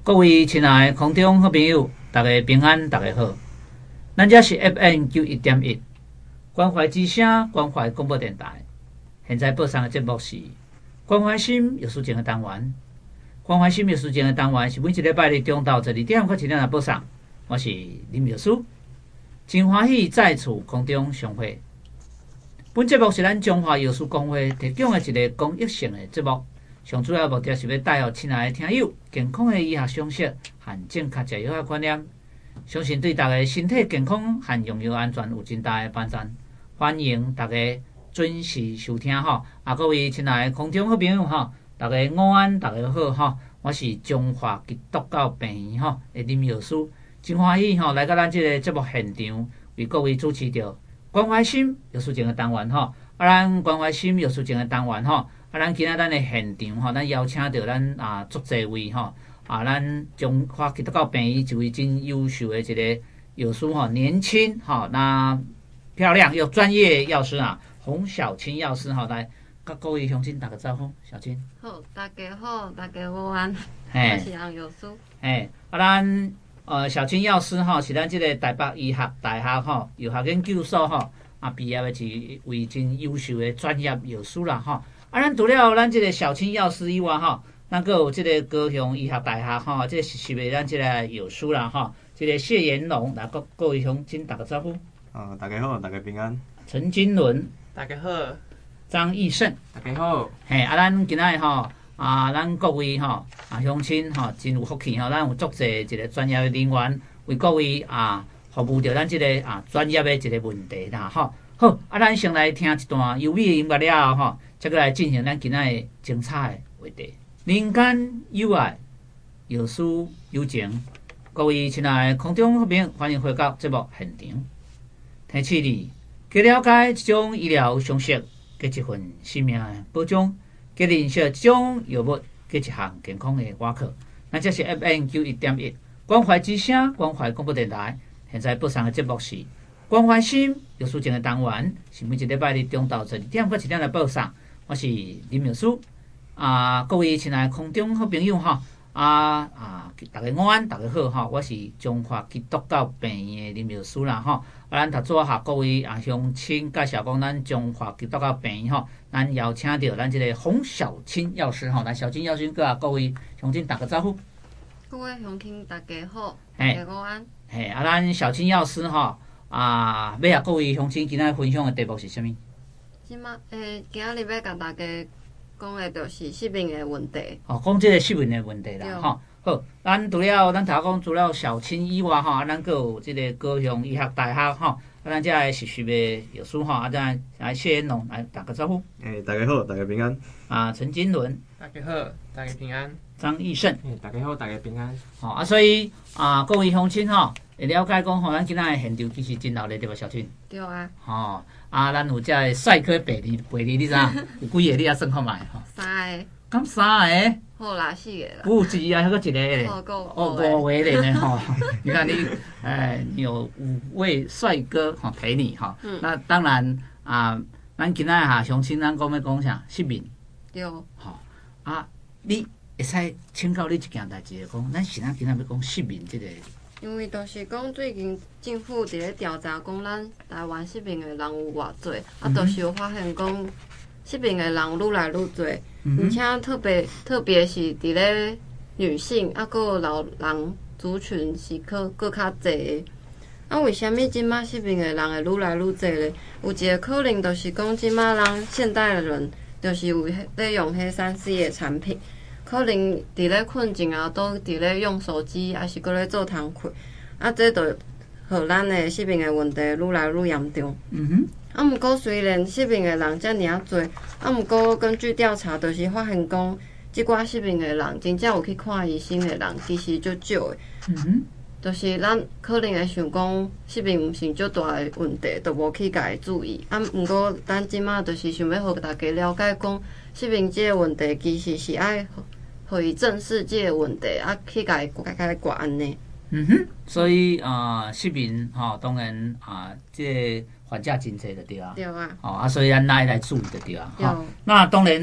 各位亲爱的空中好朋友，大家平安，大家好。咱这是 FM91.1关怀之声关怀广播电台。现在播送的节目是关怀心有事情的单元。关怀心有事情的单元是每一礼拜日中到12点到1点来播送。我是林秘书，真欢喜再次空中相会。本节目是咱中华药师公会提供的一个公益性的节目。上主要目的是要带予亲爱的听友健康的医学常识和正确食药的观念，相信对大家身体健康和用药安全有真大的帮助。欢迎大家准时收听哈！各位亲爱的空中好朋友哈，大家午安，大家好哈！我是中华基督教病院哈的林药师，真欢喜哈来到咱这个节目现场，为各位主持着关怀心有事情的单元哈。咱关怀心有事情的单元哈。咱今仔咱的现场吼，咱邀请到咱足侪位吼咱中华基督教病院一位真优秀的一个药师吼，年轻那漂亮又专业药师洪小青药师来甲各位乡亲打个招呼，小青。 好，大家好，大家午安，我是洪药师。 咱小青药师是咱这个台北医学大学药学研究所毕业的一位真优秀的专业药师啦咱除了咱这个小青药师以外咱还有这个高雄医学大学这是实为咱这个药师啦这个谢延龙来各位乡亲打个招呼。 大家好，大家平安。 陈金伦， 大家好。 张义胜， 大家好。 咱今仔咱各位乡亲真有福气咱有足侪一个专业的人员为各位服务着咱这个专业的一个问题啦好，咱先来听一段优美的音乐了后再过来进行咱今仔的精彩的话题。人间有爱，药师有情。各位亲爱的空中好朋友，欢迎回到节目现场。提醒你，加了解这种医疗常识，加一份生命的保障，加认识这种药物，加一项健康的外壳。那这是 FM91.1关怀之声关怀广播电台。现在播送的节目是关怀心有事情的单元，是每一礼拜日中到12点到1点来播送。我是林秘书各位亲爱的空中好朋友大家午安，大家好我是中华基督教病院的林秘书啦咱头早各位乡亲介绍讲咱中华基督教病院咱邀请到咱这个洪小青药师咱小青药师甲各位乡亲打个招呼。 各位乡亲大家好，大家午安。 咱小青药师要各位乡亲今仔分享的题目是啥物？ 今仔日要甲大家讲的就是失眠的问题。 讲这个失眠的问题啦好，咱除了咱头讲除了小青以外咱还有这个高雄医学大学咱这个实习的药师咱来谢延龙来打个招呼。 大家好，大家平安。 陈金伦， 大家好，大家平安。 张义胜， 大家好，大家平安。 所以各位乡亲会了解讲咱今仔的现场其实真热闹对吧，小青？ 对啊。 咱有这个帅哥陪你知影？有几个你也算看卖 3个。 敢3个？ 好啦，4个啦。 不是还有一个咧。5个咧你看你有5位帅哥陪你那当然咱今仔乡亲咱讲要讲啥？失眠。 对。 你会使请教你一件代志，讲咱是今仔要讲失眠这个。 因为就是讲最近政府伫咧调查，讲咱台湾失眠的人有偌济，就是有发现讲失眠的人愈来愈多，而且特别是伫咧女性，还有老人族群是更较济的。为虾米即马失眠的人会愈来愈济咧？有一个可能就是讲即马人现代的人就是有咧用迄3C 的产品。可能伫咧困境都伫咧用手机，还是搁咧做工课，这就互咱的失眠的问题愈来愈严重。毋过虽然失眠的人遮尔多，毋过根据调查，就是发现讲，即寡失眠的人真正有去看医生的人，其实足少的。就是咱可能会想讲，失眠毋是足大的问题，就无去家己注意。毋过咱即马就是想要互大家了解讲，失眠即个问题其实是爱。互伊正视即个问题，去甲伊管安尼。 所以失眠当然即个患者真济就对啊。 对啊。 所以咱来注意就对啊。那当然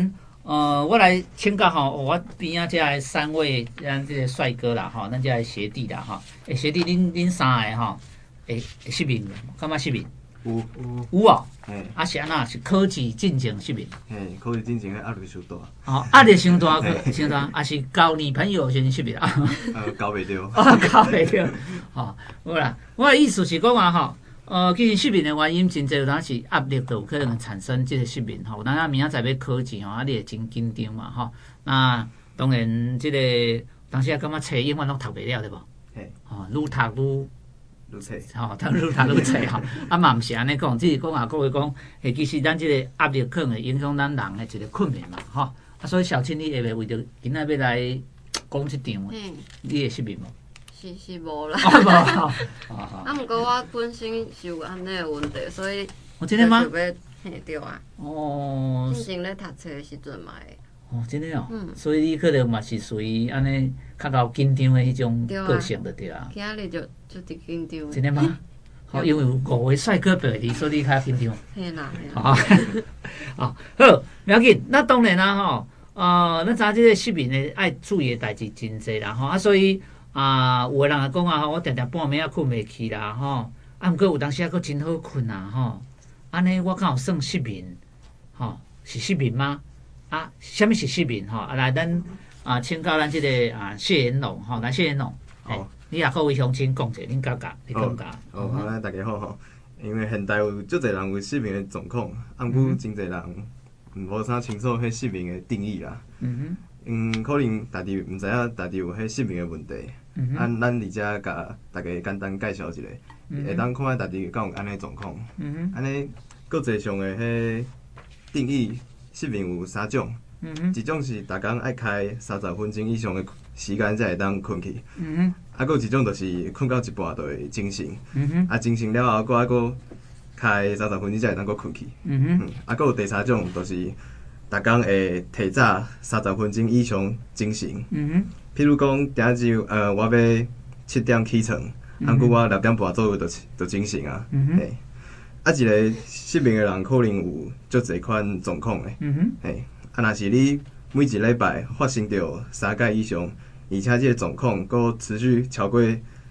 我来请教吼，我边仔遮个3位咱这个帅哥啦吼，咱遮个学弟啦吼，学弟恁3个吼，会失眠无？感觉失眠？有哦。啊是安那？是考试进前失眠？ 考试进前压力伤大。 压力伤大，伤大，啊是交女朋友先失眠啊？ 交袂着。 交袂着。好啦，我的意思是讲啊吼。其实失眠的原因真侪，有当是压力就有可能产生这个失眠吼。咱明仔载要考试吼，你会真紧张嘛吼。那当然，这个当时感觉册永远拢读袂了，对无？愈读愈册，愈读愈册吼。嘛毋是安尼讲，只是讲各位讲，其实咱这个压力可能会影响咱人的一个困眠嘛吼。所以小青，你下晡为着今仔要来讲这场，你会失眠无？ 是无啦， 毋过我本身是有安尼的问题，所以真的吗？ 就要对啊。进前咧读册的时阵嘛会。 真的哦。所以你可能嘛是属于安尼较够紧张的迄种个性就对啊。 今日就直紧张。 真的吗？因为有5位帅哥陪你，所以你较紧张。 嘿啦。 好，不要紧。那当然啦吼，咱知即个失眠的爱注意的代志真侪啦吼，所以。有个人也讲我定定半暝仔困袂去啦吼，毋过有当时佫真好困吼，安尼我敢有算失眠吼？是失眠吗？什么是失眠吼？来咱请教咱这个谢延龙吼，来谢延龙，你也各位乡亲讲者，恁感觉，你感觉？ 好，大家好吼。因为现代有足侪人有失眠的状况，毋过真侪人无啥清楚迄失眠的定义啦。可能家己毋知影家己有迄失眠的问题。咱伫遮甲大家简单介绍一下，会当看下家己敢有安尼状况。安尼国际上的迄定义，失眠有3种。一种是逐工爱开30分钟以上的时间才会当困去。还有一种就是困到一半就会精神。精神了后，佫开30分钟才会当佫困去。还有第3种就是逐工会提早30分钟以上精神。譬如讲，今日我要7点起床，过我6点半左右就精神啊。一个失眠的人可能有足侪款状况的。若是你每一礼拜发生着3届以上，而且这个状况佫持续超过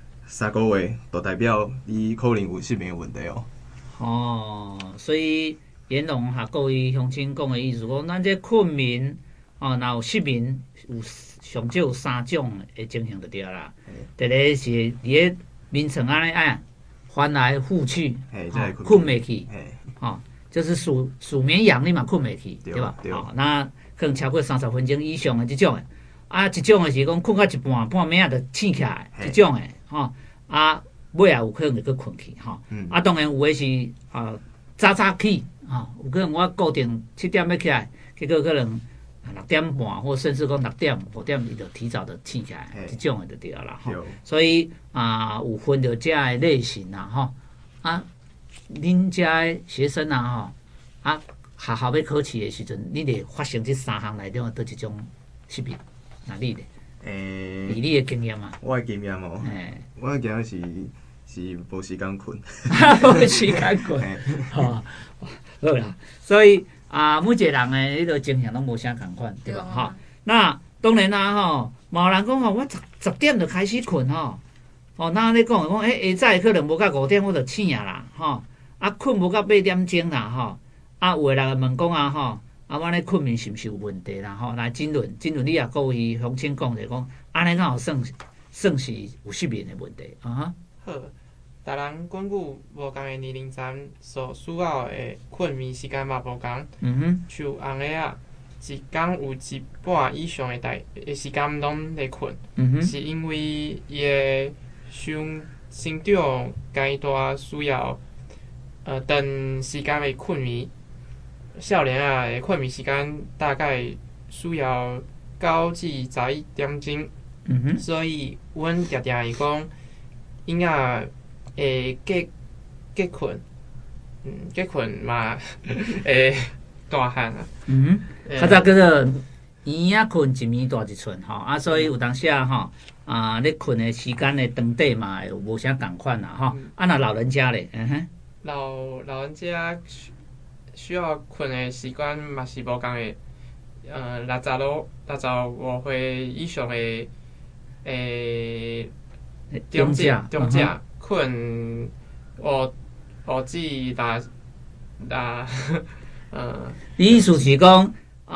3个月，就代表你可能有失眠的问题哦。 所以延龙各位乡亲讲的意思讲，咱这困眠若有失眠有。上少有3种的情形就对啦。第一是伫咧眠床安尼翻来覆去，困袂去，就是数绵羊你嘛困袂去，对吧？那可能超过30分钟以上的这种的，一种的是讲困到一半暝仔就醒起来，这种的，尾仔有可能会佫困去，当然有的是早起，有可能我固定7点要起来，结果可能。6点半，或甚至讲6点、5点，伊就提早就醒起来，这种的就对啦吼。所以有分着遮的类型啦吼。恁遮的学生吼，学校要考试的时阵，你得发生这3项内底倒一种失眠？那你咧？以你的经验嘛？ 我的经验哦，我的经验是无时间困， 无时间困，好啦，所以。每一个人的迄个情形拢无啥共款，对吧？那当然啦嘛有人讲我10点就开始困那你讲下早可能无到5点我就醒啦困无到8点钟啦有个人问讲我咧困眠是毋是有问题啦来争论，你也各位乡亲讲者讲，安尼敢有算是有失眠的问题好。逐人根据无共的年龄层所需要的困眠时间嘛无共。像红个一天有1半以上的时间拢咧困，是因为伊的生长阶段需要长时间的困眠。少年的困眠时间大概需要9至11点钟。所以阮常常会讲，婴仔。结困嘛，大汉啊。 较早叫做圆仔困一暝大一寸所以有当时咧困的时间的长短嘛，有无啥共款啦若老人家咧， 老人家需要困的时间嘛是无共的。 65岁以上的中者困五指你意思是讲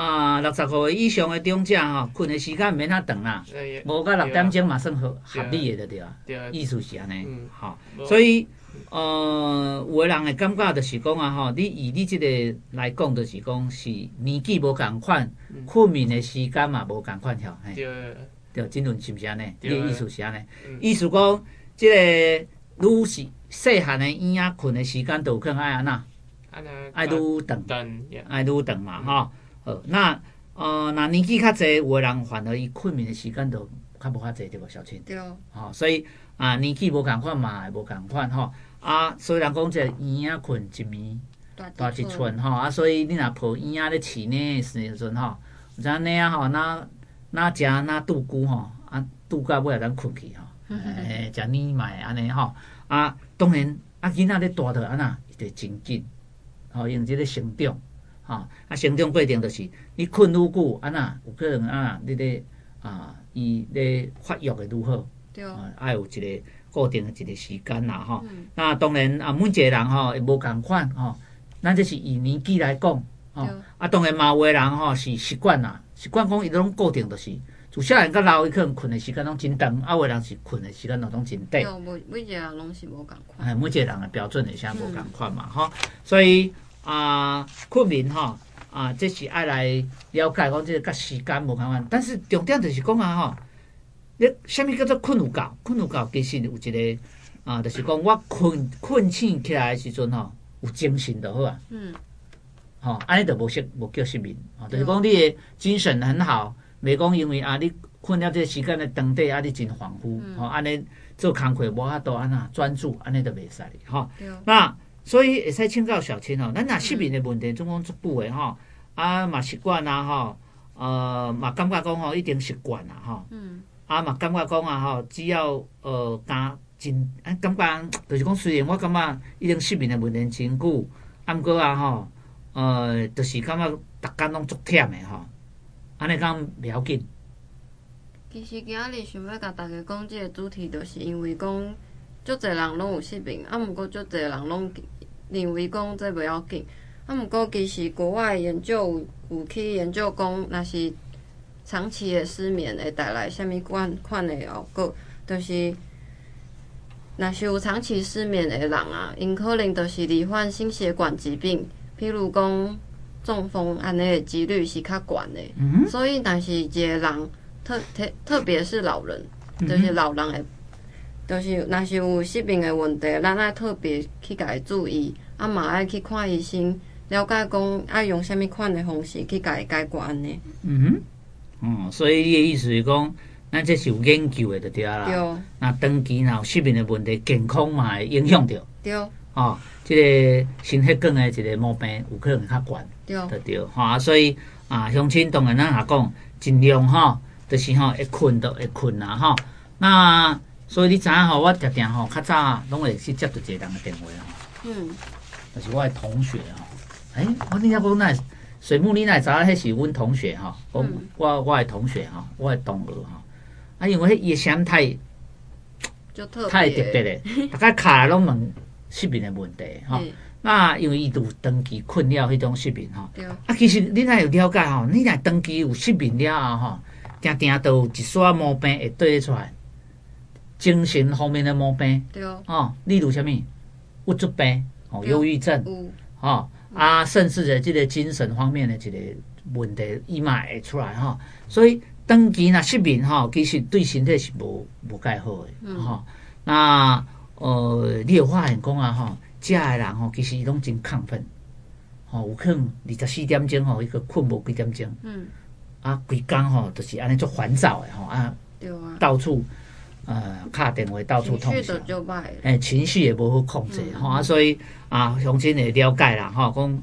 65岁以上的长者困的时间毋免遐长啦，无到6点钟嘛算合理的对啊。意思是安尼，所以有的人会感觉就是讲你以你即个来讲，就是讲是年纪无共款，困眠的时间嘛无共款吼。对，真论是毋是安尼？你的意思是安尼？意思讲，即个愈是细汉的婴仔困的时间，就有可能爱安那，爱愈长，爱愈长嘛吼。那年纪较济，有的人反而伊困眠的时间就较无遐济，对无小青？ 对。 所以年纪无共款嘛，会无共款吼。虽然讲这婴仔困一暝大一寸吼，所以你若抱婴仔咧饲呢的时阵吼，有影呢吼，哪食哪拄久吼，拄到尾咱困去吼，食呢嘛会安尼吼。当然囡仔咧大着安那，伊就真紧，用即个成长。成长过程就是你困愈久，安那有可能你咧伊咧发育会愈好，爱有一个固定的一个时间啦吼。那当然每一个人会无共款吼，咱这是以年纪来讲吼。当然嘛有的人是习惯啦，习惯讲伊拢固定，就是自少年到老，伊可能困的时间拢真长，有的人是困的时间拢真短。 每一个人拢是无共款。 每一个人的标准会啥无共款嘛吼，所以。困眠这是爱来了解讲这个甲时间无共款，但是重点就是讲你啥物叫做困有够？困有够其实有一个就是讲我困醒起来的时阵有精神就好啊。安尼就无叫失眠，就是讲你的精神很好，袂讲因为你困了这个时间的长短你真恍惚，安尼做工课无法度安那专注，安尼就袂使哩那。所以会使请教小青咱若失眠的问题总共足久的嘛习惯嘛感觉讲一定习惯啦嘛感觉讲只要真感觉就是讲虽然我感觉已经失眠的问题真久，毋过就是感觉逐工拢足忝的安尼讲袂要紧。 其实今仔日想要甲大家讲这个主题，就是因为讲。足侪人拢有失眠，毋过足侪人拢认为讲这袂要紧，毋过其实国外研究有去研究讲，若是长期的失眠会带来啥物款的后果，就是若是有长期失眠的人因可能就是罹患心血管疾病，譬如讲中风安尼的几率是较悬的。所以，但是一个人特别是老人，就是老人的。就是若是有失眠的问题，咱爱特别去甲伊注意，嘛爱去看医生，了解讲爱用啥物款的方式去甲伊解决安尼。 所以你的意思是讲，咱这是有研究的就对啦。 对。 那长期有失眠的问题，健康嘛会影响着。 对。 这个心血管的一个毛病有可能较悬。 对。 对。所以乡亲当然咱也讲，尽量就是会困就会困啦那。所以你知影我常常较早拢会去接到一个人的电话就是我的同学我你遐讲那水木你那知影迄是阮同学讲我的同学我的同学因为伊的声太特别咧，大家卡来拢问失眠的问题那因为伊有长期困扰迄种失眠其实你若有了解你若长期有失眠了后定定都有一撮毛病会对出来。精神方面的毛病，例如什么郁卒病、忧郁症，甚至的这个精神方面的一个问题，伊嘛会出来所以长期若失眠其实对身体是无介好的那你有发现讲这的人其实伊拢真亢奋，有可能24点钟伊个困无几点钟，规工就是安尼足烦躁的到处。敲电话到处通宵，情绪也无好控制所以乡亲会了解啦讲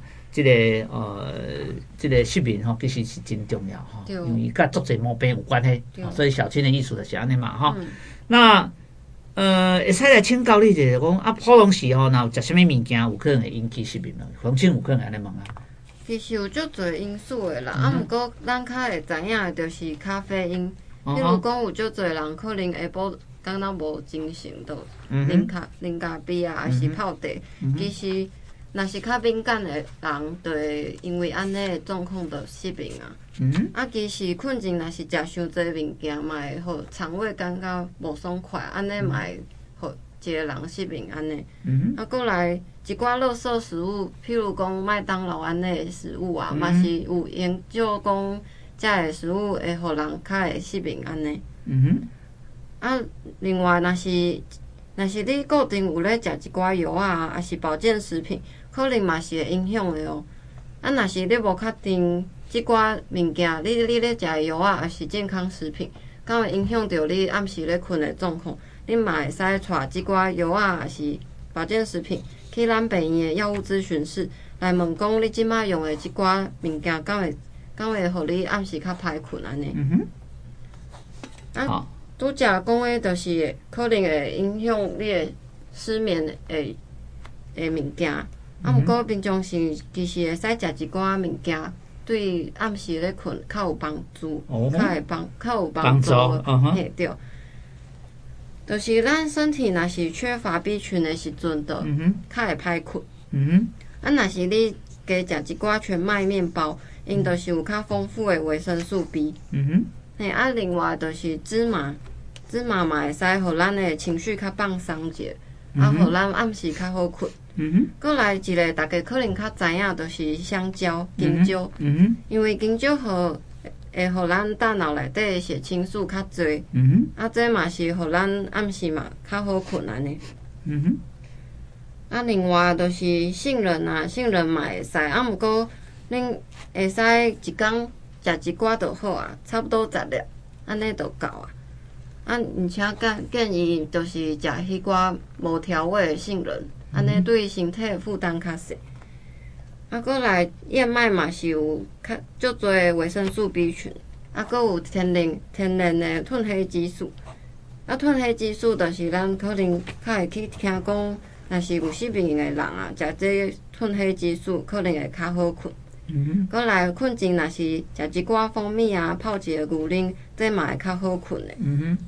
这个失眠其实是真重要因为甲足侪毛病有关系所以小青的意思就是安尼嘛那会使来请教你就是讲普通时若有食啥物物件有可能会引起失眠乡亲有可能安尼问其实有足侪因素的啦，毋过咱较会知影的就是咖啡因。比如讲，有足侪人可能下晡感觉无精神，就啉咖啡啊，还是泡茶。其实，若是较敏感的人，就会因为安尼的状况就失眠啊。啊，其实困前若是食伤侪物件，嘛会互肠胃感觉无爽快，安尼嘛会互一个人失眠安尼。啊，过来一寡垃圾食物，譬如讲麦当劳安尼的食物啊，嘛是有研究讲。遮个食物会互人较会失眠安尼。啊，另外若是你固定有咧食一寡药啊，还是保健食品，可能嘛是会影响的哦。啊，若是你无确定即寡物件，你咧食的药啊，还是健康食品，敢会影响到你暗时咧困的状况，你嘛会使带即寡药啊，还是保健食品去咱病院的药物咨询室来问讲，你即摆用的即寡物件，敢会互你暗时较歹困安尼？啊，拄则讲的，就是可能会影响你的失眠的物件。啊，毋过平常时其实会使食一寡物件，对暗时咧困较有帮助，较有帮助。嘿，对。就是咱身体若是缺乏 B 群的时阵，就较会歹困。啊，若是你加食一寡全麦面包。因就是有较丰富的维生素 B。嘿，啊，另外就是芝麻嘛会使互咱的情绪较放松者，啊，互咱暗时较好困。过来一个大家可能较知影，就是香蕉、金蕉。因为金蕉会互咱大脑内底的血清素较侪。啊，这嘛是互咱暗时嘛较好困安尼。啊，另外就是杏仁嘛会使，啊，毋过。恁会使一工食一寡就好啊，差不多10粒，安尼就够啊。啊，而且建议就是食迄寡无调味的杏仁，安尼对身体的负担较细。啊，过来燕麦嘛是有足侪维生素 B 群，啊，搁有天然的褪黑激素。啊，褪黑激素就是咱可能较会去听讲，若是有失眠的人啊，食这褪黑激素可能会较好困。过来困前，若是食一寡蜂蜜啊，泡一个牛奶，这嘛会较好困的。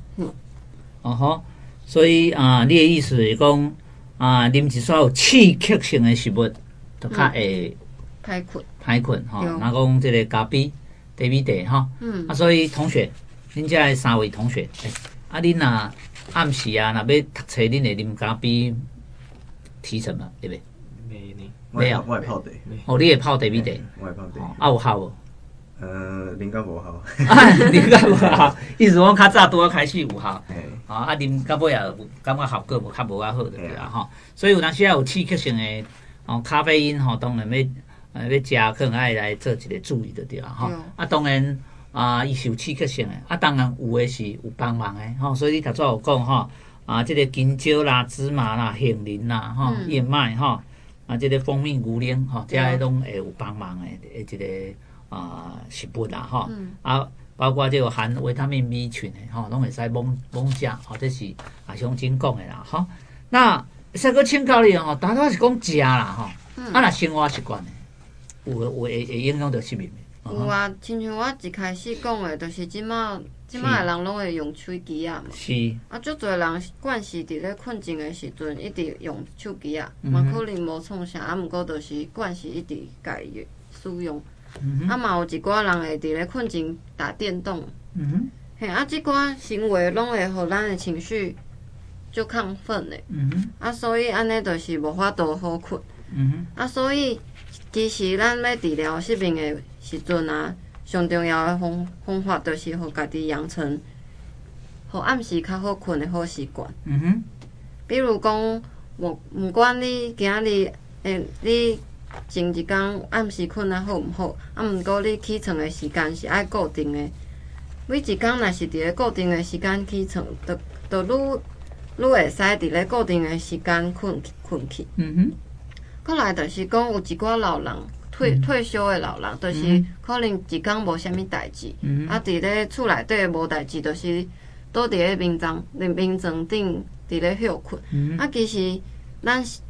所以你的意思是讲啉一撮有刺激性的食物，就较会歹困吼。若讲这个咖啡、茶米茶吼，所以同学，恁遮的3位同学，恁若暗时若要读册，恁会啉咖啡提神嘛？对不对？ 没有，我会泡茶。 你会泡茶米茶？ 我会泡茶。 有效无？ 啉甲无效。 啉甲无效，意思讲较早拄开始有效。啉到尾也有感觉效果无较无好，对啦吼。所以有当时有刺激性的咖啡因当然要食，可能爱来做一个注意，对啦吼。当然伊是有刺激性的，当然有的是有帮忙的所以你头先有讲这个金蕉啦、芝麻啦、杏仁啦、燕麦这个蜂蜜、牛奶这些拢会有帮忙的一个食物啦包括这个含维他命 B 群的拢会使猛食这是像真讲的啦那再搁请教你大多是讲食啦若生活习惯有会影响到失眠的？ 有啊，亲像我一开始讲的，就是即摆的人拢会用手机啊嘛。 是。 足侪人惯势伫咧困前的时阵，一直用手机啊，嘛可能无创啥，毋过就是惯势一直家使用。嘛有一寡人会伫咧困前打电动。嘿，即寡行为拢会互咱的情绪足亢奋的。所以安尼就是无法度好困。所以其实咱要治疗失眠的时阵上重要的方法就是互家己养成，互暗时较好困的好习惯。比如讲，毋管你今日你前一工暗时困好毋好，毋过你起床的时间是爱固定的。每一工若是伫咧固定的时间起床，就愈会使伫咧固定的时间困去。过来就是讲有一寡老人。退休的老人，就是可能一工无啥物代志，伫咧厝内底无代志，就是倒伫咧眠床顶伫咧休困。其实咱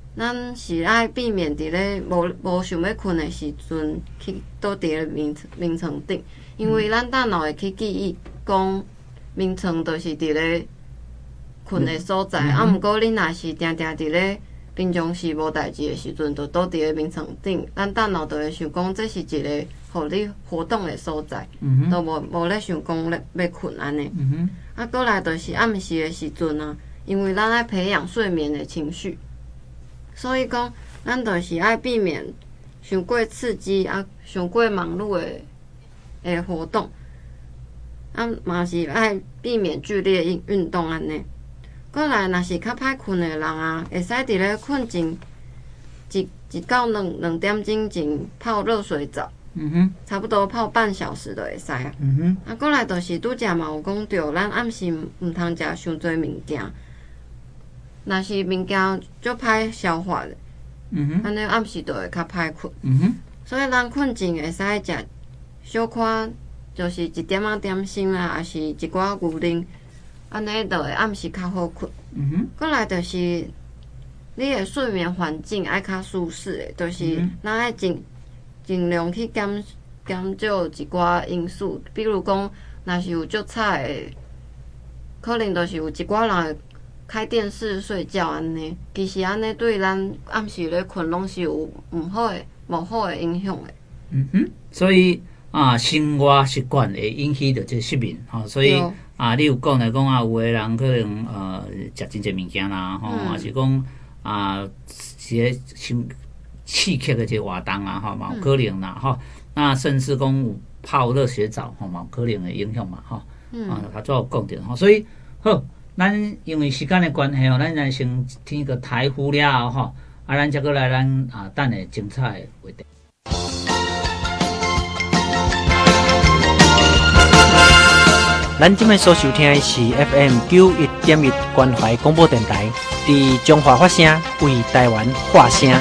咱是爱避免伫咧无想要困的时阵去倒伫咧眠床顶，因为咱大脑会去记忆讲眠床就是伫咧困的所在。啊，毋过你若是定定伫咧平常时无代志的时阵，就倒伫咧眠床顶，咱大脑就会想讲这是一个互你活动的所在，都无咧想讲要困安尼。啊，过来就是暗时的时阵啊，因为咱爱培养睡眠的情绪。所以讲，咱就是爱避免伤过刺激啊，伤过忙碌的活动，啊嘛是爱避免剧烈运动安尼。过来，若是较歹困的人啊，会使伫咧困前一到两点钟前泡热水澡，差不多泡半小时就会使啊。啊，过来就是拄则嘛有讲着，咱暗时毋通食伤侪物件。若是物件足歹消化的，安尼暗时就会较歹困。所以咱困前会使食小可，就是一点仔点心啊，还是一寡牛奶，安尼就会暗时较好困。过来就是你的睡眠环境爱较舒适的，就是咱爱尽量去减少一寡因素，比如讲，若是有足菜的，可能就是有一寡人会开电视睡觉安尼，其实安尼对咱暗时咧困拢是有无好的影响的。 所以生活习惯会引起着这失眠所以你有讲来讲有的人可能食真侪物件啦还是讲一个刺激的这个活动嘛有可能啦那甚至讲有泡热水澡嘛有可能的影响嘛他做讲着所以好。咱因为时间的关系咱来先听个台呼了吼，咱再过来咱等下精彩的话题。 咱今摆所收听的是 FM 91.1关怀广播电台，伫中华发声，为台湾发声。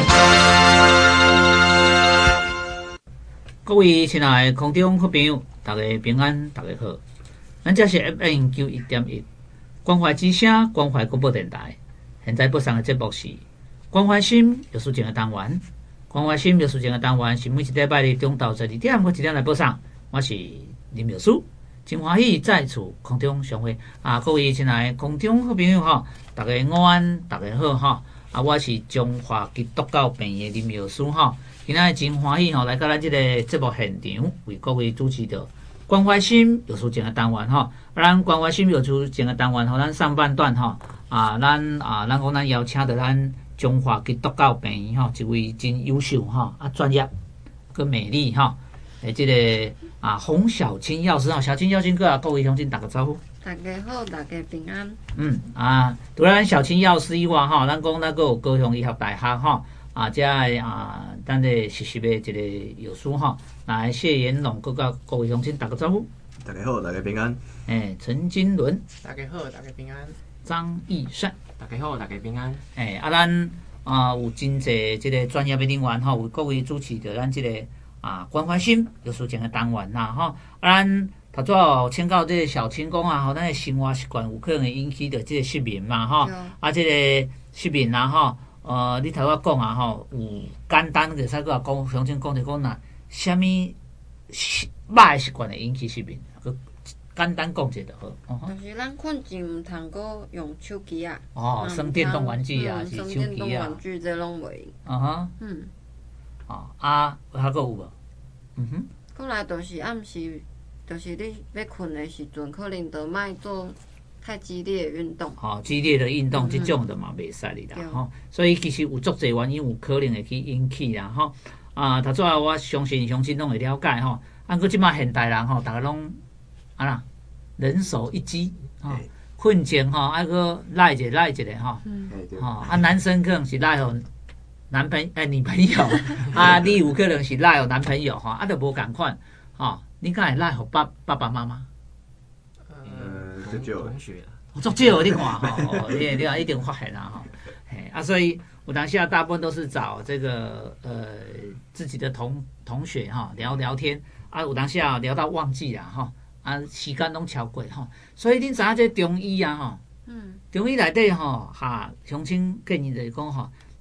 各位亲爱的空中好朋友，大家平安，大家好。咱这是 FM 91.1。关怀之声，关怀广播电台。现在播送的节目是关怀心有事情的单元。关怀心有事情的单元是每一礼拜日中昼12点或1点来播送。我是林秘书，真欢喜在此空中相会各位亲爱的空中好朋友大家午安，大家好我是中华基督教病院林秘书今仔真欢喜来到咱这个节目现场，为各位主持着。关怀心有事情的单元咱关怀心有事情的单元咱上半段咱讲邀请到咱中华基督教病院一位真优秀专业跟美丽这个洪小青药师小青药师哥各位乡亲打个招呼。 大家好，大家平安。 除了咱小青药师以外咱讲那个有高雄医学大学这咱的实习的一个药师来谢延龙各位乡亲打个招呼。 大家好，大家平安。 陈金伦， 大家好，大家平安。 张义善， 大家好，大家平安。 咱有真侪这个专业的人员为各位主持着咱这个关怀心有事情的单元咱头早请教这个小青讲咱的生活习惯有可能会引起着这个失眠嘛这个失眠你头仔讲有简单个使个讲，详细讲就讲什么歹习惯会引起失眠，简单讲者就好。 就是咱困前毋通搁用手机耍电动玩具是手机电动玩具这拢袂用。 还佫有无？ 过来就是暗时，就是你要困的时阵，可能就莫做太激烈的运动。 激烈的运动这种的嘛袂使哩啦所以其实有足侪原因有可能会去引起啦头早我相信乡亲拢会了解过即马现代人大家拢人手一机困前爱搁赖一个男生可能是赖互女朋友你有可能是赖互男朋友就无共款你敢会赖互爸爸妈妈？ 就同学足少你看你一定发现啦所以有当下大部分都是找这个自己的同学聊天有当下聊到忘记啦时间拢超过所以恁知影这中医中医内底乡亲建议就是讲咱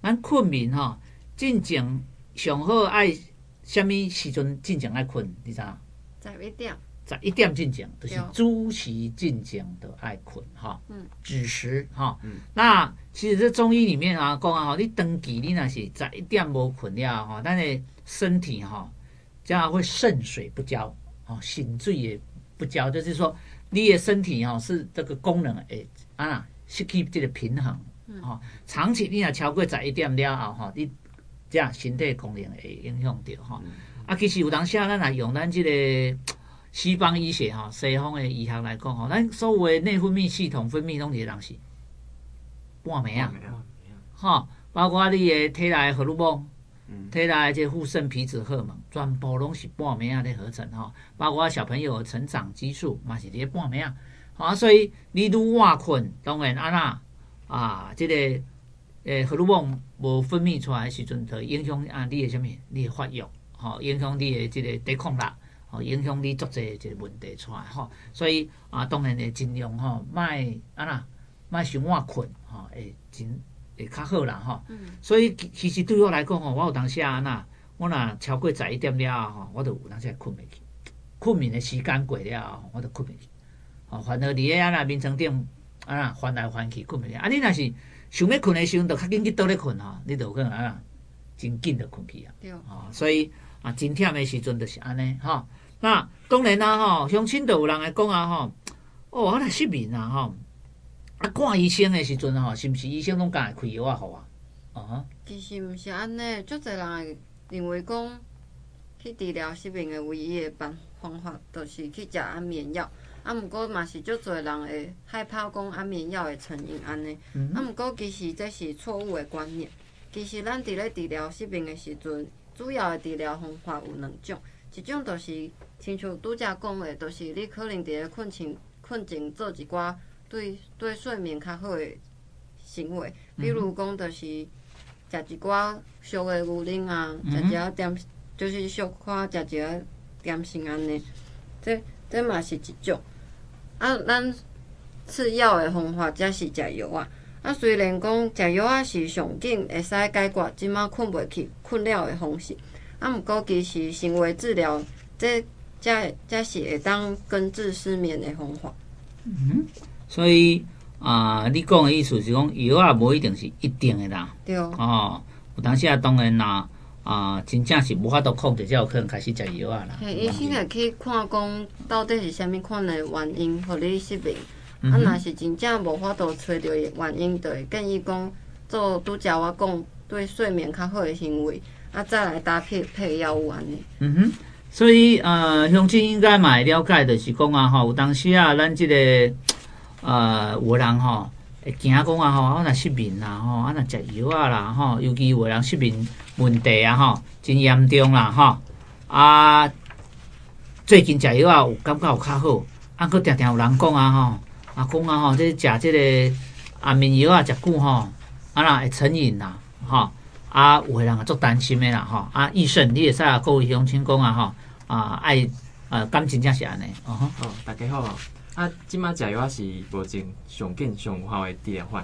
咱困眠吼，进前上好爱什么时阵进前爱困？你知影 ？11点。 11点进前，就是主时进前就爱困哈。子时哈。那其实这中医里面啊讲啊吼，你长期你若是11点无困了吼，咱的身体哈，这样会肾水不交，哦，肾水也不交，就是说你的身体哈是这个功能会失去这个平衡。长期你若超过11点了后吼，你这样身体功能会影响到哈。其实有当时咱若用咱这个西方医学哈，西方的医学来讲吼，咱所有的内分泌系统分泌拢是人是半暝啊，哈，包括你的体内荷尔蒙，体内这副肾皮质荷尔蒙，全部拢是半暝啊咧合成哈，包括小朋友的成长激素嘛是伫半暝啊，好，所以你愈晚困，当然这个荷尔蒙无分泌出来的时阵，就影响你的什么？你的发育，吼，影响你的这个抵抗力。影响你足侪一个问题出来吼，所以当然会尽量吼，莫伤晚困吼，会较好啦吼。所以其实对我来讲吼，我有当时我若超过11点了吼，我就有当时困袂去，困眠的时间过了后，我就困袂去。反而伫个眠床顶翻来翻去困袂去。你若是想要困的时阵，就较紧去倒咧困吼，你就有可能真紧就困去啊。对。所以真忝的时阵就是安尼吼。那当然吼，乡亲就有人来讲吼，我若失眠吼，看医生的时阵吼，是毋是医生拢敢会开药互我？ 其实毋是安尼，足侪人会认为讲去治疗失眠的唯一的方法，就是去食安眠药。毋过嘛是足侪人会害怕讲安眠药的成因安尼。毋过其实这是错误的观念。其实咱伫咧治疗失眠的时阵，主要的治疗方法有2种。一种就是亲像拄则讲的，就是你可能伫咧困前做一寡对睡眠较好的行为，比如讲就是食一寡俗的牛奶食一下点，就是小可食一下点心安尼，这嘛是一种。咱次要的方法则是食药啊。虽然讲食药是上紧会使解决即马困袂去、困了的方式。毋过其实行为治疗，这是会当根治失眠的方法。 所以你讲的意思是讲药无一定是一定的啦。 对。有当时当然啦，真正是无法度控制，才有可能开始食药啦。 医生会去看讲到底是啥物款的原因，互你失眠。若是真正无法度找到原因，就会建议讲做拄则我讲对睡眠较好的行为。再来搭配药物安尼。 所以乡亲应该嘛会了解，就是讲有当时咱即个有人会惊讲我若失眠啦若食药啦尤其有人失眠问题真严重啦最近食药有感觉有较好，佫定定有人讲讲这食即个安眠药食久会成瘾啦有个人也足担心的啦医生你会使各位乡亲讲爱敢真正是安尼大家好即马食药是目前上紧上有效的治疗方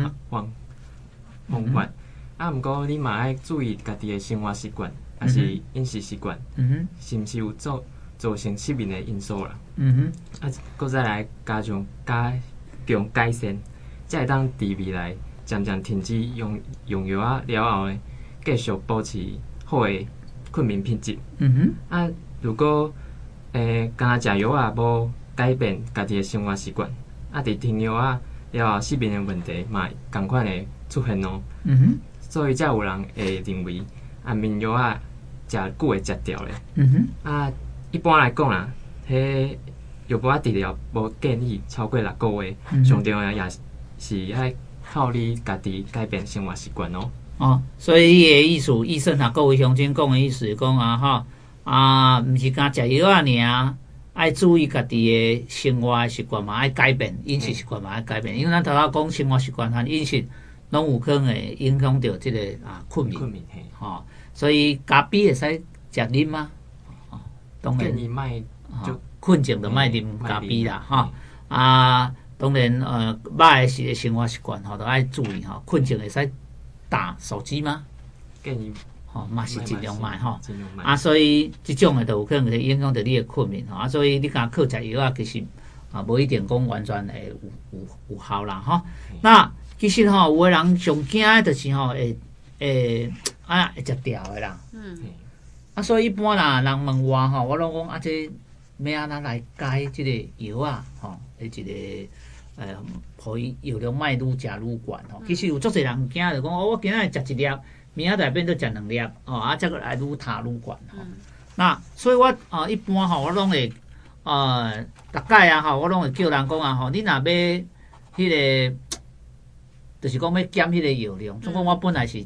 法毋过你嘛爱注意家己的生活习惯，还是饮食习惯，是毋是有造成失眠的因素啦？搁再来加强改善，才会当伫未来渐渐停止用药了后继续保持好的困眠品质。如果敢食药无改变家己的生活习惯，伫停药了后失眠的问题嘛同款会出现咯。所以才有人会认为安眠药食久会食掉咧。一般来讲啦，迄药物治疗无建议超过6个月，上重要也是爱靠你家己改变生活习惯咯。 所以伊的意思，医生各位乡亲讲的意思是讲毋是干食药尔，爱注意家己的生活习惯嘛，爱改变饮食习惯嘛，爱改变。因为咱头头讲生活习惯和饮食，拢有可能会影响到这个困眠。所以咖啡会使食啉吗？当然， 建议卖就困前就卖啉咖啡啦当然，歹的生活习惯就爱注意困前会使打手机吗？ 建议嘛是尽量卖吼。 尽量卖啊，所以即种诶，就有可能会影响到你诶困眠吼。啊，所以你敢靠食药啊，其实无一定讲完全会有效啦吼。那其实吼，有诶人上惊诶，就是吼会食掉诶啦。啊，所以一般啦，人问我吼，我拢讲啊，这要安怎来解即个药啊？吼，一个互伊药量莫愈食愈悬吼。其实有足侪人惊着讲，我今仔日食一粒，明仔载变做食2粒，啊，则个来愈塌愈悬吼。那所以我一般吼，我拢会逐摆啊吼，我拢会叫人讲啊吼，你若要迄个，就是讲要减迄个药量，总共我本来是食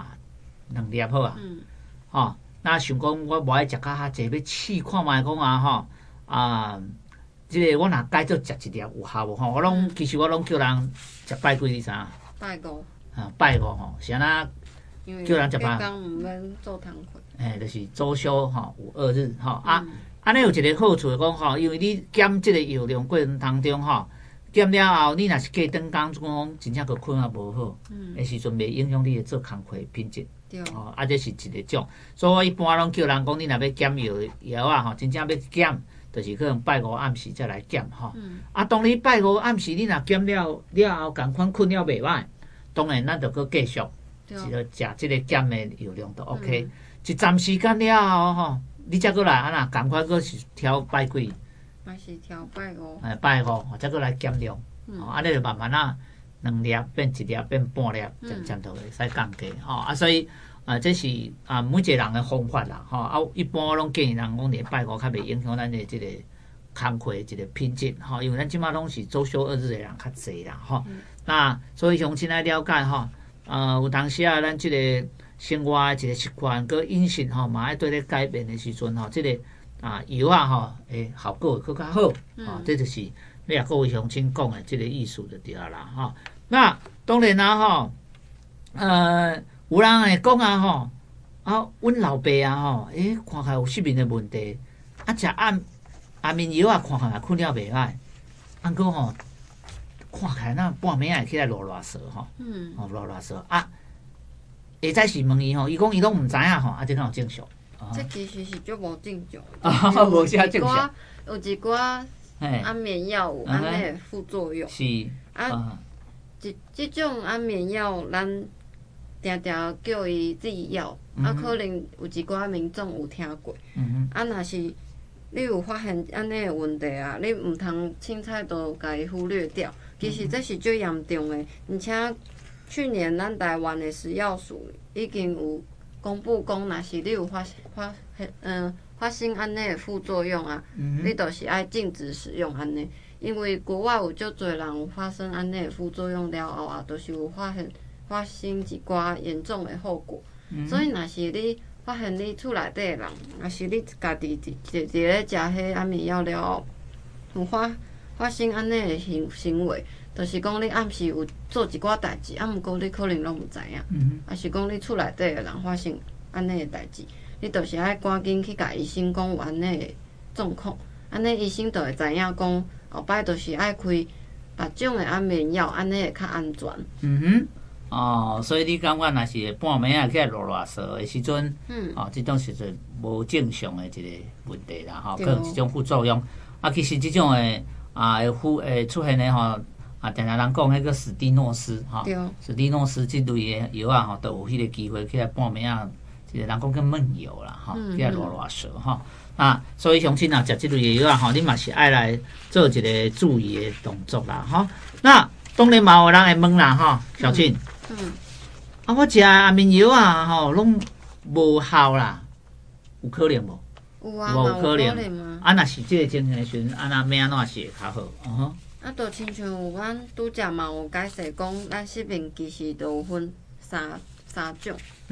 2粒好啊，吼。那想讲我无爱食较济，要试看觅讲啊吼即个我若改做食一粒有效无吼？其实我拢叫人食拜几你知影？ 拜五。 拜五吼，是安那叫人食拜。 刚毋免做工课。 就是周休吼有2日吼安尼有一个好处讲吼，因为你减即个药量过程当中吼，减了后你若是过顿工讲真正个困啊无好，的时阵袂影响你做工课品质。这是一个种，所以我一般拢叫人讲，你若要减药啊吼，真正要减，就是可能拜五暗时再来减吼。当你拜五暗时你若减了后，共款困了袂歹，当然咱就搁继续，就食即个减的药量都 OK。一站时间了后吼，你再搁来安那共款搁是调拜几？ 嘛是调拜五。 拜五，再搁来减量，安尼就慢慢啊。2粒变1粒变半粒，渐都会使降低吼。所以这是每一个人的方法啦吼。一般我拢建议人讲，礼拜五较袂影响咱的即个工课一个品质吼，因为咱即马拢是周休2日的人较侪啦吼。那所以详细来了解吼，有当时啊，咱即个生活的一个习惯佮饮食吼，嘛爱对咧改变的时阵吼，即个药啊吼，效果会更较好。这就是你也各位乡亲讲的即个意思就对啦吼。那当然啦吼，有人会讲啊吼，阮老爸啊吼，看起来有失眠的问题，食安眠药啊，看起来困了袂歹，过吼，看起来那半暝会起来啰嗦吼，啰嗦会使是问伊吼，伊讲伊拢毋知影吼，这敢有正常？ 这其实是足无正常， 无啥正常。 有一寡安眠药有安尼的副作用， 是即种安眠药，咱定定叫伊止药，可能有一寡民众有听过。若是你有发现安尼的问题啊，你毋通凊彩都甲伊忽略掉。其实这是最严重的，而且去年咱台湾的食药署已经有公布讲，若是你有发生安尼的副作用啊，你就是爱禁止使用安尼。因为国外有足侪人有发生安尼的副作用了后啊，就是有发生一寡严重的后果。所以若是你发现你厝内底的人，若是你家己直咧食迄安眠药了后，有发生安尼的行为，就是讲你暗时有做一寡代志，毋过你可能拢毋知影，还是讲你厝内底的人发生安尼的代志，你就是爱赶紧去甲医生讲有安尼的状况，安尼医生就会知影讲。后摆就是爱开别种的安眠药，安尼会较安全。 所以你感觉若是半暝啊起来啰嗦的时阵，这种时阵无正常的一个问题啦吼，可能一种副作用。其实这种的会出现的吼，定人讲迄个史蒂诺斯吼，史蒂诺斯这类的药啊吼，都有迄个机会起来半暝啊，一个人讲叫闷药啦吼，起来啰嗦吼。所以乡亲啊，食即类药啊，吼，你嘛是爱来做一个注意的动作啦，吼。那当然嘛，有人会问啦，吼，小庆，我食安眠药啊，吼，拢无效啦，有可能无？ 有啊，有可能啊。若是即个情形时阵，要安怎是会较好？ 就亲像有阮拄则嘛有解释讲，咱失眠其实都有分三种。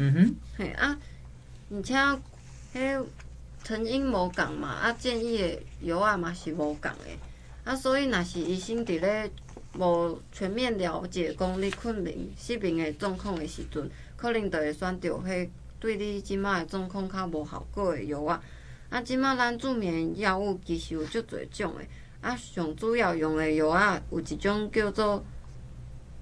而且迄成因无共嘛，建议的药啊嘛是无共的，所以若是医生伫咧无全面了解讲你困眠失眠的状况的时阵，可能就会选择迄对你即马的状况较无效果的药啊。即马咱助眠药物其实有足侪种的，上主要用的药啊有一种叫做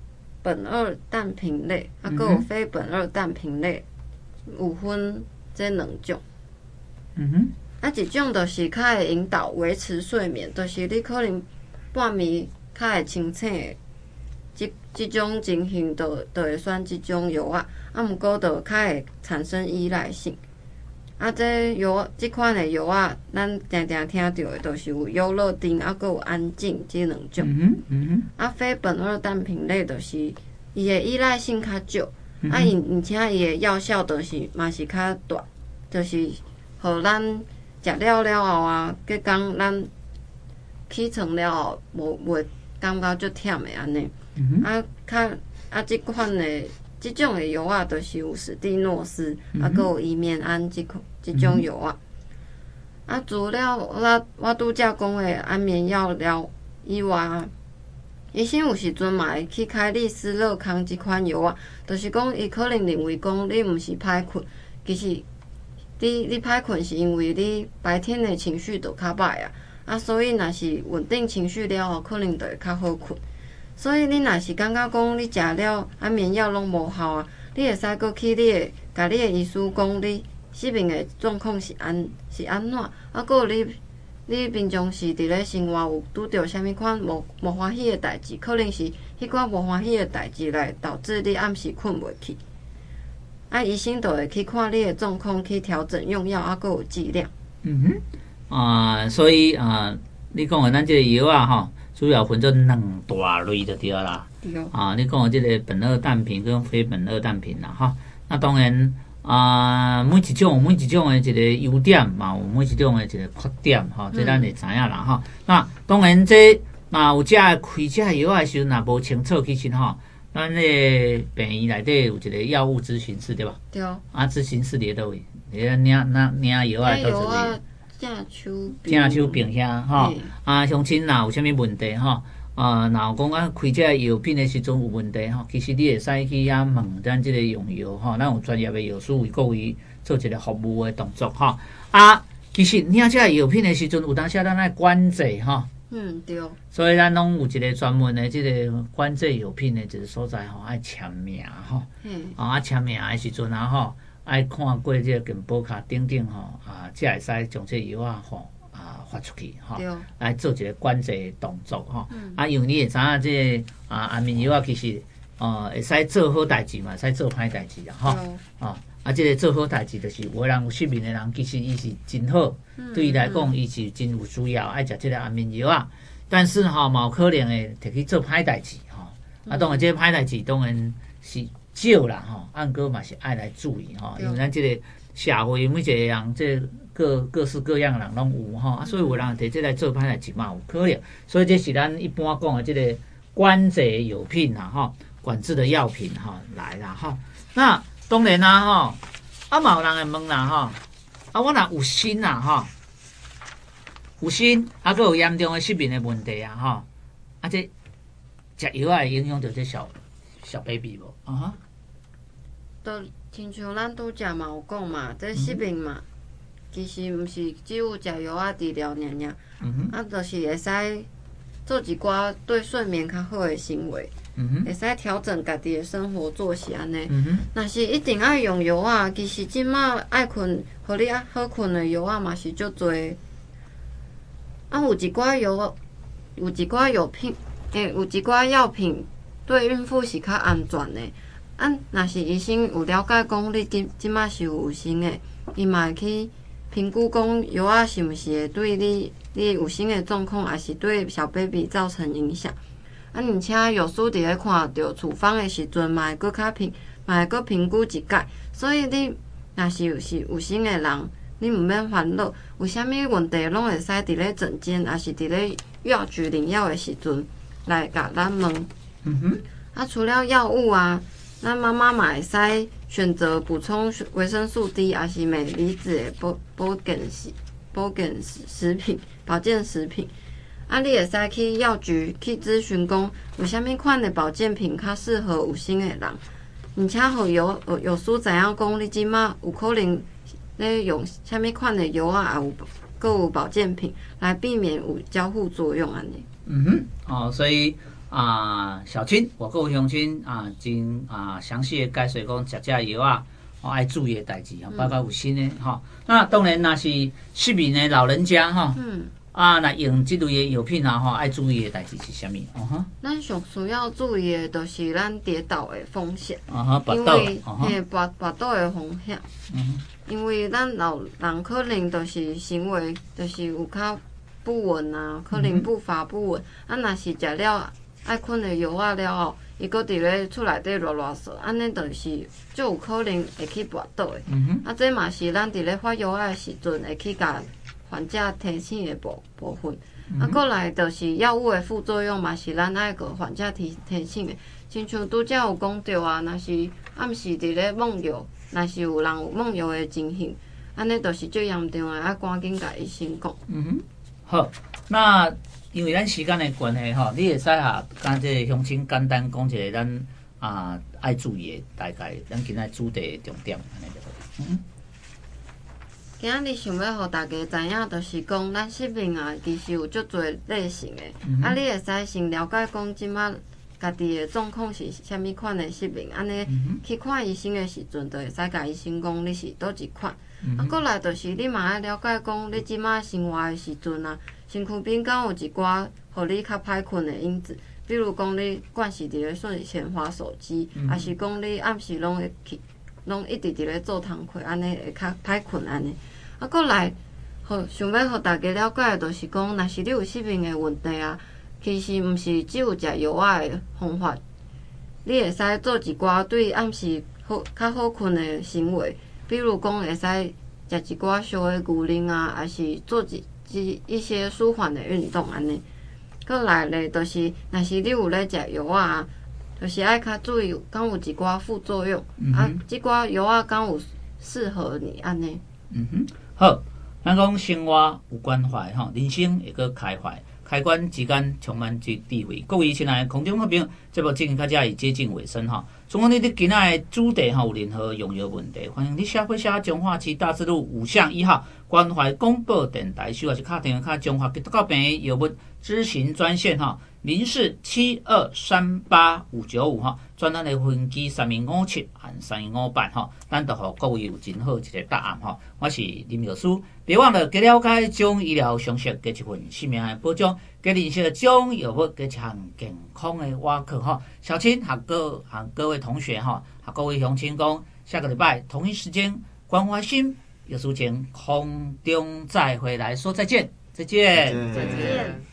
苯二氮平类，还有非苯二氮平类，有分这两种。一种就是较会引导维持睡眠，就是你可能半暝较会清醒的，即种情形就会选即种药啊。毋过就较会产生依赖性。这药即款的药啊，咱常常听到的，就是有优乐丁，还有安静即两种。非苯二氮平类就是伊的依赖性较少，而且伊的药效就是嘛是较短，就是互咱食了了后啊，隔工咱起床了后，袂感觉足忝的安尼。即款的即种的药啊，就是有史蒂诺斯，还有伊面安即种药啊。除了我拄则讲的安眠药了以外，医生有时阵嘛会去开利斯乐康即款药啊，就是讲伊可能认为讲你毋是歹困，其实你歹困是因为你白天的情绪就较歹啊，所以若是稳定情绪了后，可能就会较好困。所以你若是感觉讲你食了安眠药拢无效啊，你会使阁去甲你的医师讲你失眠的状况是安怎，阁有你平常时伫咧生活有拄着啥物款无欢喜的代志，可能是迄寡无欢喜的代志来导致你暗时困袂去。医生就会去看你的状况，去调整用药，阁有剂量。 所以你讲的咱这个药啊，吼。主要分做两大类就对啦。 对你讲的这个苯二氮平跟非苯二氮平啦，哈。那当然每一种的一个优点嘛，有每一种的一个缺点，哈，这咱会知影啦，哈。那当然这有开这药的时候，若无清楚，其实哈，咱这病院内底有一个药物咨询室，对吧？ 对。 咨询室伫倒位？领药啊，到这位。正手并遐吼，乡亲若有啥物问题吼，若有讲开这药品的时阵有问题吼，其实你会使去遐问咱即个用药吼，咱有专业的药师为各位做一个服务的动作吼。其实领这药品的时阵，有当时咱爱管制吼。 对。 所以咱拢有一个专门的即个管制药品的一个所在吼，爱签名吼。签名的时阵吼。爱看过这个健保卡等等吼，才会使将这药吼发出去吼，来做一个管制的动作吼。因为你会知影这安眠药其实会使做好代志嘛，会使做歹代志啦吼。这个做好代志就是有人有失眠的人，其实伊是真好，对伊来讲伊是真有需要爱食这个安眠药啊。但是嘛有可能会摕去做歹代志吼。当然这个歹代志当然是。少啦吼，按哥嘛是爱来注意吼，因为咱这个社会每一个人，这各式各样的人拢有吼，所以有人摕这来做歹代志嘛有可能，所以这是咱一般讲的这个管制药品啦吼，管制的药品吼来啦吼。那当然啦吼，嘛有人会问啦吼，我若有心啦吼，有心还佫有严重的失眠的问题啊吼，这食药会影响到这小 baby 无就亲像咱拄则嘛有讲嘛，这失眠嘛，其实毋是只有食药啊治疗尔，就是会使做一寡对睡眠较好的行为，会使调整家己的生活作息安尼。若是一定爱用药啊，其实即马爱困，互你好困的药啊嘛是足多。有一寡药品，有一寡药品。对孕妇是较安全的。若是医生有了解讲你即马是有生的，伊嘛会去评估讲药啊是毋是会对你有生的状况，还是对小 baby 造成影响。而且药师伫咧看到处方的时阵，嘛会搁评估一解。所以你若是有生的人，你毋免烦恼，有啥物问题拢会使伫咧诊间，还是伫咧药局领药的时阵来甲咱问。除了药物啊，咱妈妈嘛会使选择补充维生素 D， 还是镁离子的保健食品。你会使去药局去咨询讲有啥物款的保健品较适合有生的人，而且互药师知影讲你即马有可能咧用啥物款的药啊，还有保健品来避免有交互作用安尼。 所以小青或各位乡亲真详细的解说讲食这药爱注意的代志包括有新的那当然若是失明的老人家那用这类的药品爱注意的代志是啥物？ 咱上需要注意的就是咱跌倒的风险， 因为跌倒的风险，因为咱老人可能就是行为就是有较不稳可能步伐不稳，若是食了爱困的药了后，伊搁伫咧厝内底乱说，安尼就是就有可能会去跌倒的。这嘛是咱伫咧发药的时阵会去甲患者提醒的部分。过来就是药物的副作用嘛，是咱爱个患者提醒的。亲像拄则有讲到若是暗时伫咧梦游，若是有人有梦游的情形，安尼就是最严重的，爱赶紧甲医生讲。 好，那因为咱时间的关系你会使甲这乡亲简单讲一下咱爱注意的大概咱今仔主题的重点安尼就好。 今日想要互大家知影，就是讲咱失明其实有足侪类型的。你会使先了解讲即马家己的状况是啥物款的失明，安尼去看医生的时阵，就会使甲医生讲你是倒一款。过来就是你嘛爱了解讲你即马生活的时阵身躯边敢有一寡互你较歹困的因子，比如讲你惯时伫咧睡前滑手机，还是讲你暗时拢一直伫咧做工课，安尼会较歹困安尼。过来，想要互大家了解的，就是讲，若是你有失明的问题其实毋是只有食药的方法，你会使做一寡对暗时较好困的行为，比如讲会使食一寡烧的牛奶还是做一些舒缓的运动安尼。过来咧，就是若是你有咧食药就是爱较注意敢有一寡副作用，即寡药敢有适合你安尼。 好，咱讲生活有关怀人生会搁开怀，开关之间充满着智慧。各位亲爱的空中好朋友，节目进行到这已接近尾声如果你对今仔的主题有任何用药问题，欢迎你写中华区大智路5巷1号关怀广播电台，或是打电话中华基督教病院药物咨询专线0472385595专案的分机3257和3258咱就互各位有真好一个答案我是林药师，别忘了加了解中医疗常识，加一份生命的保障，加认识中药物，加一项健康的瓦课小青和各位同学和各位乡亲讲，下个礼拜同一时间关怀心有事情空中再回来说再见。 再见。